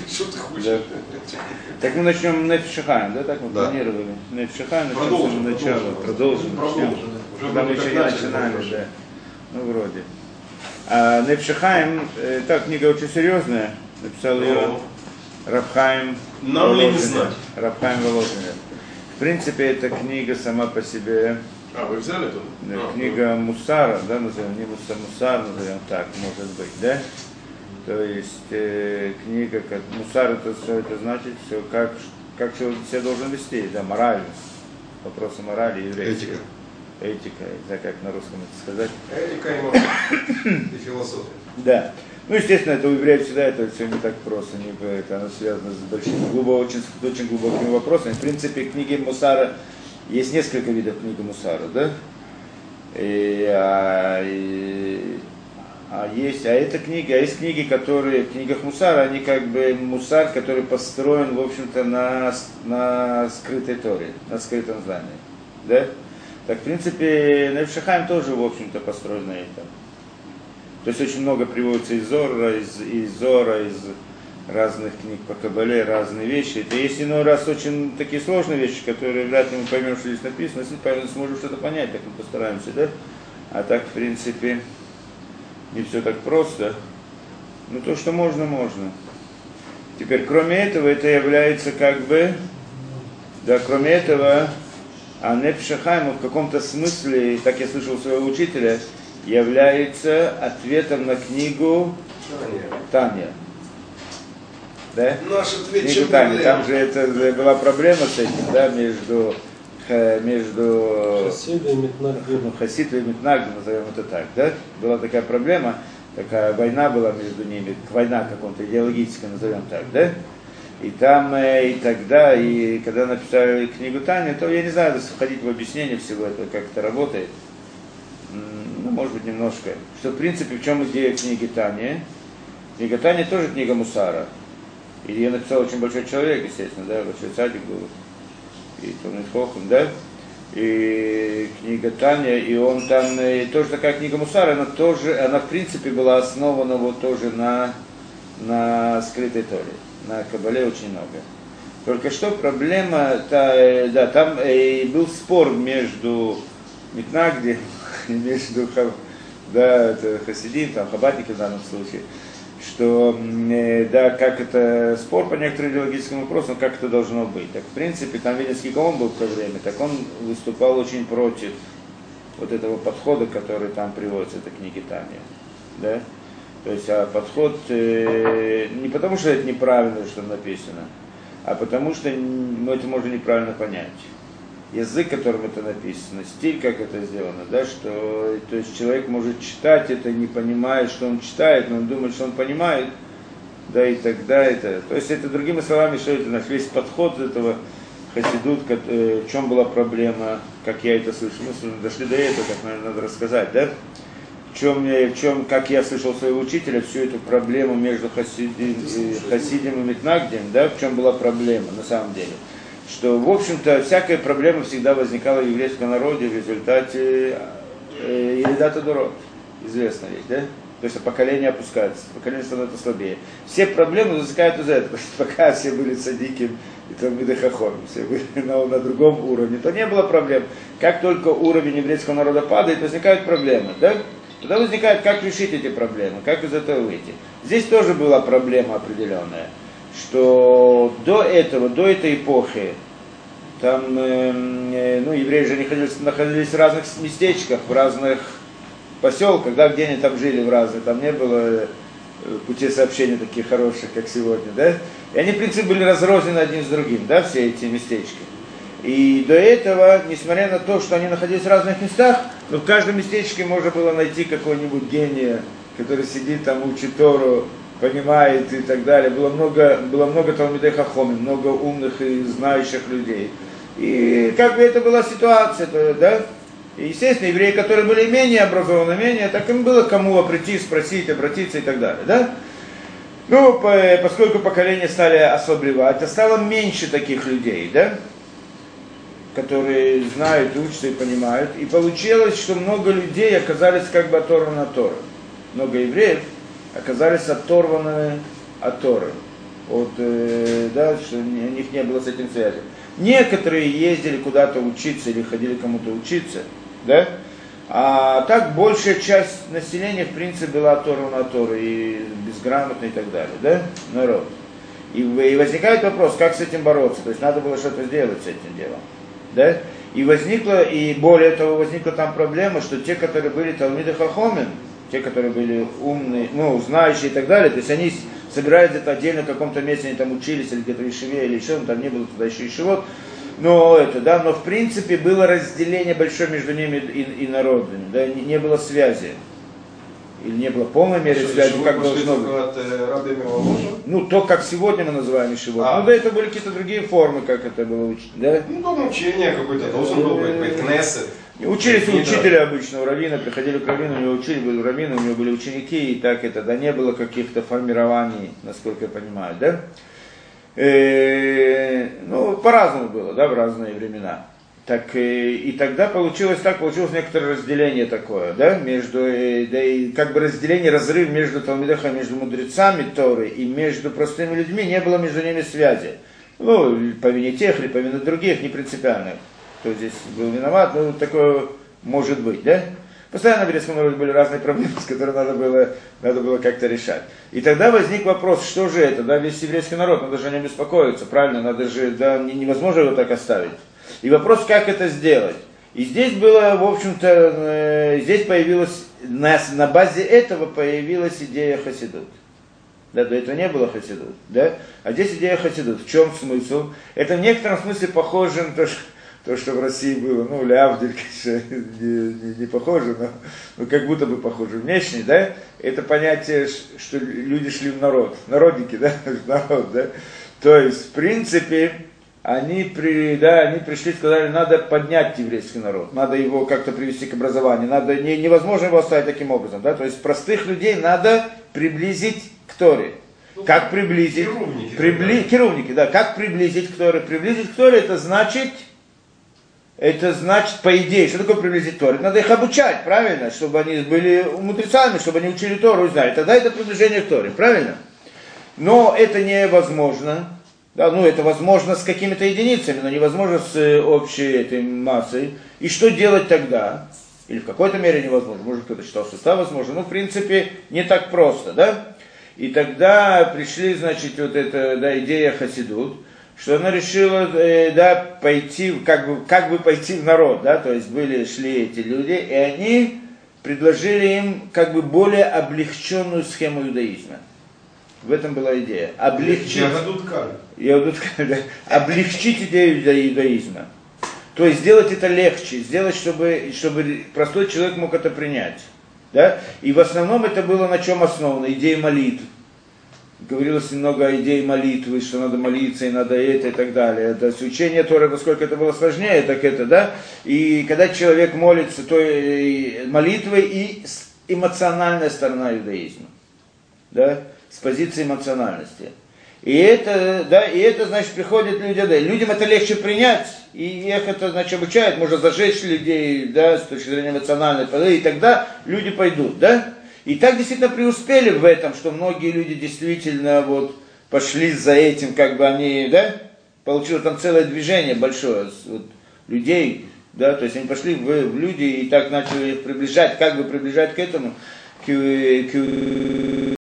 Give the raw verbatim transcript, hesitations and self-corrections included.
Что ты хочешь? Да. Так мы начнем Нефеш Хаим, да, так мы Да. планировали. Нефеш Хаим, Продолжим, начало, продолжим, продолжим. начнем. Уже Когда мы вроде еще как не начали, начинали, продолжим. да. Ну, вроде. А Нефеш Хаим, э, так, книга очень серьезная, написал ее Но Рав Хаим нам ли не Воложенер. знать? Рав Хаим Воложенер. В принципе, эта книга сама по себе, А, вы взяли тут? да, А, книга Мусара, да, назовем, не Муса, Мусар, назовем так, может быть, да? То есть э, книга, как Мусар, это что это значит, все, как, как человек себя должен вести, да, морально, вопросы морали, еврейской. Этика. Этика, не знаю, как на русском это сказать. Этика и мораль. И философия. Да. Ну, естественно, это у евреев всегда это все не так просто, не, это, оно связано с большими, глубоко, очень, с очень глубокими вопросами. В принципе, книги Мусара, есть несколько видов книги Мусара, да? И, а, и, а есть, а это книги, а есть книги, которые, в книгах Мусара, они как бы Мусар, который построен, в общем-то, на, на скрытой Торе, на скрытом знании, да? Так, в принципе, Нефеш Хаим тоже, в общем-то, построен на этом. То есть очень много приводится из Зора, из, из Зора, из разных книг по Кабале, разные вещи. Это есть иной раз очень такие сложные вещи, которые вряд ли мы поймем, что здесь написано. Если мы сможем что-то понять, так мы постараемся, да? А так, в принципе, не все так просто. Но то, что можно, можно. Теперь, кроме этого, это является как бы, да, кроме этого, а Нефеш Хаим в каком-то смысле, так я слышал своего учителя, является ответом на книгу Таня. Да? Наш ответ Книгу Таня. Там же это была проблема с этим, да, между, между Хасиды и Митнагдим. ну, Хасид и Митнагдим, назовем это так, да? Была такая проблема, такая война была между ними, война каком-то идеологическая, назовем так, да? И там, и тогда, и когда написали книгу Таня, то я не знаю, входить в объяснение всего этого, как это работает. Ну, может быть, немножко. Что, в принципе, в чем идея книги Тани? Книга Тани тоже книга Мусара. И ее написал очень большой человек, естественно, да, большой цадик был. И Талмид Хохам, да. И книга Таня, и он там, и тоже такая книга Мусара, она тоже, она, в принципе, была основана вот тоже на, на скрытой Торе. На Кабале очень много. Только что проблема, та, да, там и был спор между Митнагдим, между да, это хасидим, там, хабатники в данном случае, что, да, как это, спор по некоторым идеологическим вопросам, как это должно быть. Так, в принципе, там Вильнюсский Гаон был в то время, так он выступал очень против вот этого подхода, который там приводится в этой книге Таня, да. То есть, а подход, э, не потому что это неправильно, что написано, а потому что мы это можно неправильно понять. Язык, которым это написано, стиль, как это сделано, да, что, то есть человек может читать это, не понимает, что он читает, но он думает, что он понимает, да, и тогда это, то есть это, другими словами, что это наш весь подход этого хасидут, э, в чем была проблема, как я это слышу, мы дошли до этого, как, наверное, надо рассказать, да, в чем, в чем, как я слышал своего учителя, всю эту проблему между хасидим, хасидим и Митнагдим, да, в чем была проблема на самом деле. Что, в общем-то, всякая проблема всегда возникала в еврейском народе в результате э, Еридат Адорот, известно ведь, да? То есть поколение опускается, поколение становится слабее. Все проблемы возникают из этого. Пока все были цадиким и Талмидей Хахомим, все были на, на другом уровне, то не было проблем. Как только уровень еврейского народа падает, возникают проблемы, да? Тогда возникает, как решить эти проблемы, как из этого выйти. Здесь тоже была проблема определенная, что до этого, до этой эпохи, там, э, ну, евреи же находились, находились в разных местечках, в разных поселках, да, где они там жили в разных, там не было путей сообщения таких хороших, как сегодня, да, и они, в принципе, были разрознены один с другим, да, все эти местечки. И до этого, несмотря на то, что они находились в разных местах, но в каждом местечке можно было найти какого-нибудь гения, который сидит там, учит Тору, понимает и так далее. Было много, было много Талмидей Хахомим, много умных и знающих людей. И как бы это была ситуация, то, да? И, естественно, евреи, которые были менее образованы, менее, так им было кому прийти, спросить, обратиться и так далее, да? Ну, по, поскольку поколения стали ослабевать, а стало меньше таких людей, да? Которые знают, учатся и понимают. И получилось, что много людей оказались как бы оторваны от Торы. Много евреев оказались оторваны от Торы. от, э, да, что у них не было с этим связи. Некоторые ездили куда-то учиться или ходили кому-то учиться, да, а так большая часть населения, в принципе, была Тору на Тору, и безграмотная и так далее, да, народ. И, и возникает вопрос, как с этим бороться, то есть надо было что-то сделать с этим делом, да. И возникла, и более того, возникла там проблема, что те, которые были Талмиды Хахомим, те, которые были умные, ну, знающие и так далее, то есть они собирают где-то отдельно в каком-то месте, они там учились, или где-то в Ишиве, или еще, там не было туда еще Ишивот, но это, да, но в принципе было разделение большое между ними и, и народами, да, не, не было связи. Или не было полной меры что, связи, как должно быть. От, э, ну, то, как сегодня мы называем Ишивот. А. Ну, да, это были какие-то другие формы, как это было учить, да? Ну, дом учения какой-то должен был быть, кнессет. Учились у учителя обычного, раввина, приходили к раввину, у него учили, были раввины, у него были ученики, и так это, да, не было каких-то формирований, насколько я понимаю, да? Э, ну, по-разному было, да, в разные времена. Так, и, и тогда получилось так, получилось некоторое разделение такое, да, между, да, и как бы разделение, разрыв между талмидахами, между мудрецами Торы и между простыми людьми, не было между ними связи. Ну, по вине тех или по вине других, не принципиально, кто здесь был виноват, ну, такое может быть, да. Постоянно в еврейском народе были разные проблемы, с которыми надо было, надо было как-то решать. И тогда возник вопрос, что же это, да, весь еврейский народ, надо же о нем беспокоиться, правильно, надо же, да, невозможно его так оставить. И вопрос, как это сделать. И здесь было, в общем-то, э, здесь появилась, на, на базе этого появилась идея хасидут. Да, до этого не было хасидут, да? А здесь идея хасидут. В чем смысл? Это в некотором смысле похоже на то, что, то, что в России было, ну, лявдель, конечно, не, не, не похоже, но, но как будто бы похоже внешне, да? Это понятие, что люди шли в народ, народники, да, народ, да? То есть, в принципе, Они, при, да, они пришли и сказали, надо поднять еврейский народ, надо его как-то привести к образованию, надо, не, невозможно его оставить таким образом, да, то есть простых людей надо приблизить к Торе. Ну, как приблизить? Керувники. Прибли, керувники, да, как приблизить к Торе? Приблизить к Торе, это значит, это значит, по идее, что такое приблизить к Торе? Надо их обучать, правильно, чтобы они были мудрецами, чтобы они учили Тору и знали, тогда это приближение к Торе, правильно? Но это невозможно. Да, ну это возможно с какими-то единицами, но невозможно с общей этой массой. И что делать тогда? Или в какой-то мере невозможно. Может, кто-то считал, что это возможно. Но в принципе не так просто, да? И тогда пришли, значит, вот эта, да, идея хасидут, что она решила, э, да, пойти, как бы, как бы пойти в народ, да, то есть были, шли эти люди, и они предложили им как бы более облегченную схему иудаизма. В этом была идея. Облегчить, да, облегчить идею иудаизма. То есть сделать это легче, сделать, чтобы, чтобы простой человек мог это принять. Да? И в основном это было на чем основано? Идея молитв. Говорилось немного о идее молитвы, что надо молиться, и надо это, и так далее. То есть учение Торы, насколько это было сложнее, так это, да. И когда человек молится, то и молитвы и эмоциональная сторона иудаизма. Да? С позиции эмоциональности. И это, да, и это, значит, приходят люди, да, людям это легче принять, и их это, значит, обучает, можно зажечь людей, да, с точки зрения эмоциональной, и тогда люди пойдут, да. И так действительно преуспели в этом, что многие люди действительно вот пошли за этим, как бы они, да, получилось там целое движение большое вот, людей, да, то есть они пошли в, в люди и так начали их приближать, как бы приближать к этому, к, к